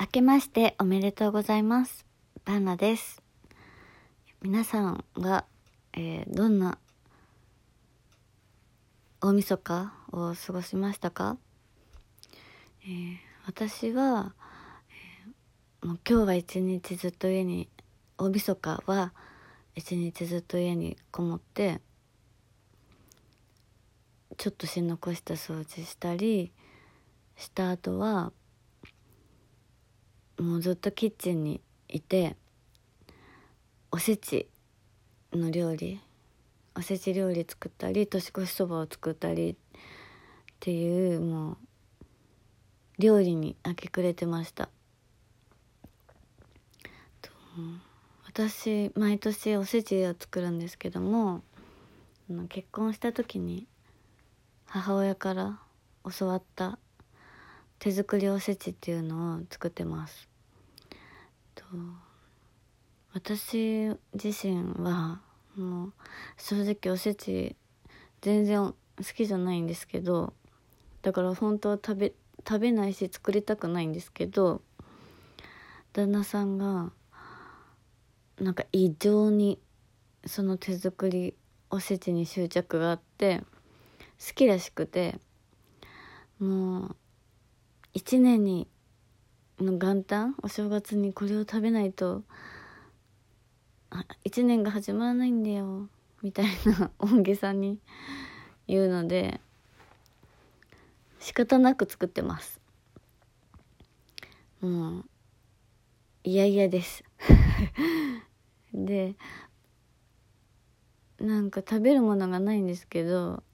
明けましておめでとうございます。バンナです。皆さんは、どんな大晦日を過ごしましたか？私は、もう今日は一日ずっと家に、大晦日は一日ずっと家にこもって、ちょっとし残した掃除したりした後は、もうずっとキッチンにいて、おせち料理作ったり、年越しそばを作ったりっていう、もう料理に明け暮れてました。私毎年おせちを作るんですけども、結婚した時に母親から教わった手作りおせちっていうのを作ってます。私自身はもう正直おせち全然好きじゃないんですけど、だから本当は食べないし作りたくないんですけど、旦那さんがなんか異常にその手作りおせちに執着があって好きらしくて、もう一年にの元旦お正月にこれを食べないと一年が始まらないんだよみたいな大げさに言うので仕方なく作ってます。もう嫌ですで、なんか食べるものがないんですけど、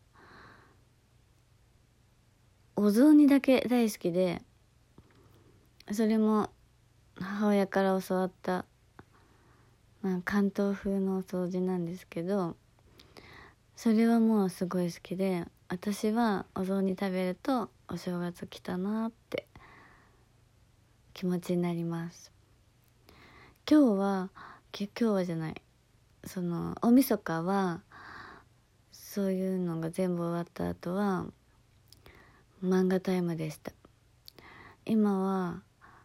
お雑煮だけ大好きで、それも母親から教わった、関東風のお掃除なんですけど、それはもうすごい好きで、私はお雑煮食べるとお正月来たなって気持ちになります。今日はじゃない、その大晦日はそういうのが全部終わった後は漫画タイムでした。今は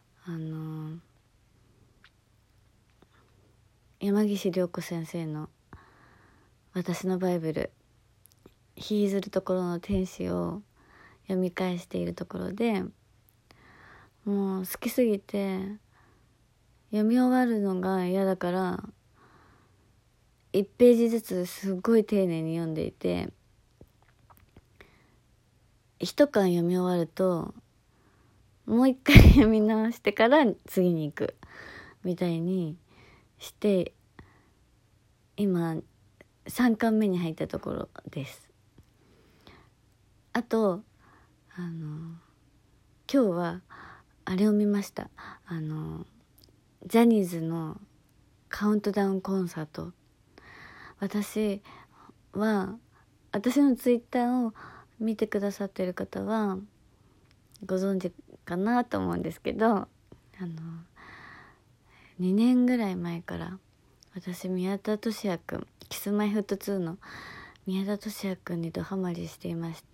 山岸涼子先生の私のバイブル日ずるところの天使を読み返しているところで、もう好きすぎて読み終わるのが嫌だから1ページずつすごい丁寧に読んでいて、一巻読み終わるともう一回読み直してから次に行くみたいにして、今3巻目に入ったところです。あと今日はあれを見ました。ジャニーズのカウントダウンコンサート。私のツイッターを見てくださってる方はご存知かなと思うんですけど、2年ぐらい前から私宮田俊哉くん、キスマイフット2の宮田俊哉くんにドハマりしていまして、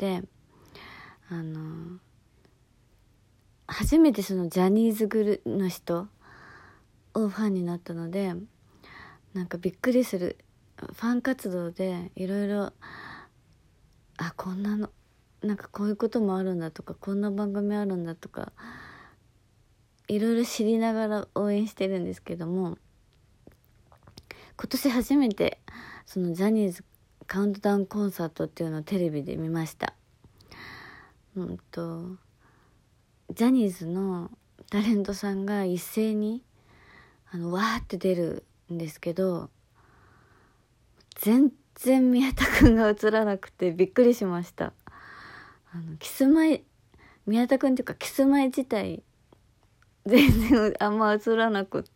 初めてそのジャニーズの人をファンになったので、なんかびっくりする。ファン活動でいろいろこんなのなんかこういうこともあるんだとか、こんな番組あるんだとかいろいろ知りながら応援してるんですけども、今年初めてそのジャニーズカウントダウンコンサートっていうのをテレビで見ました。ジャニーズのタレントさんが一斉にわーって出るんですけど、全然宮田くんが映らなくてびっくりしました。宮田くんっていうかキスマイ自体全然あんま映らなくって、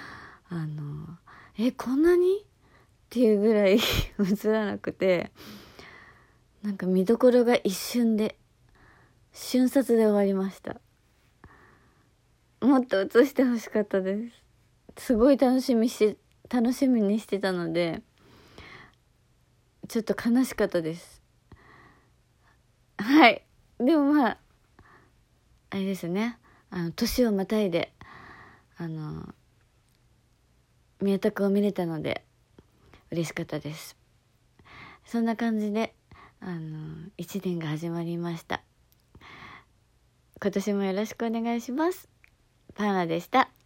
こんなにっていうぐらい映らなくて、なんか見どころが瞬殺で終わりました。もっと映してほしかったです。すごい楽しみにしてたのでちょっと悲しかったです。はい。でもあれですね、 年をまたいで宮田くんを見れたので嬉しかったです。そんな感じで1年が始まりました。今年もよろしくお願いします。パーナでした。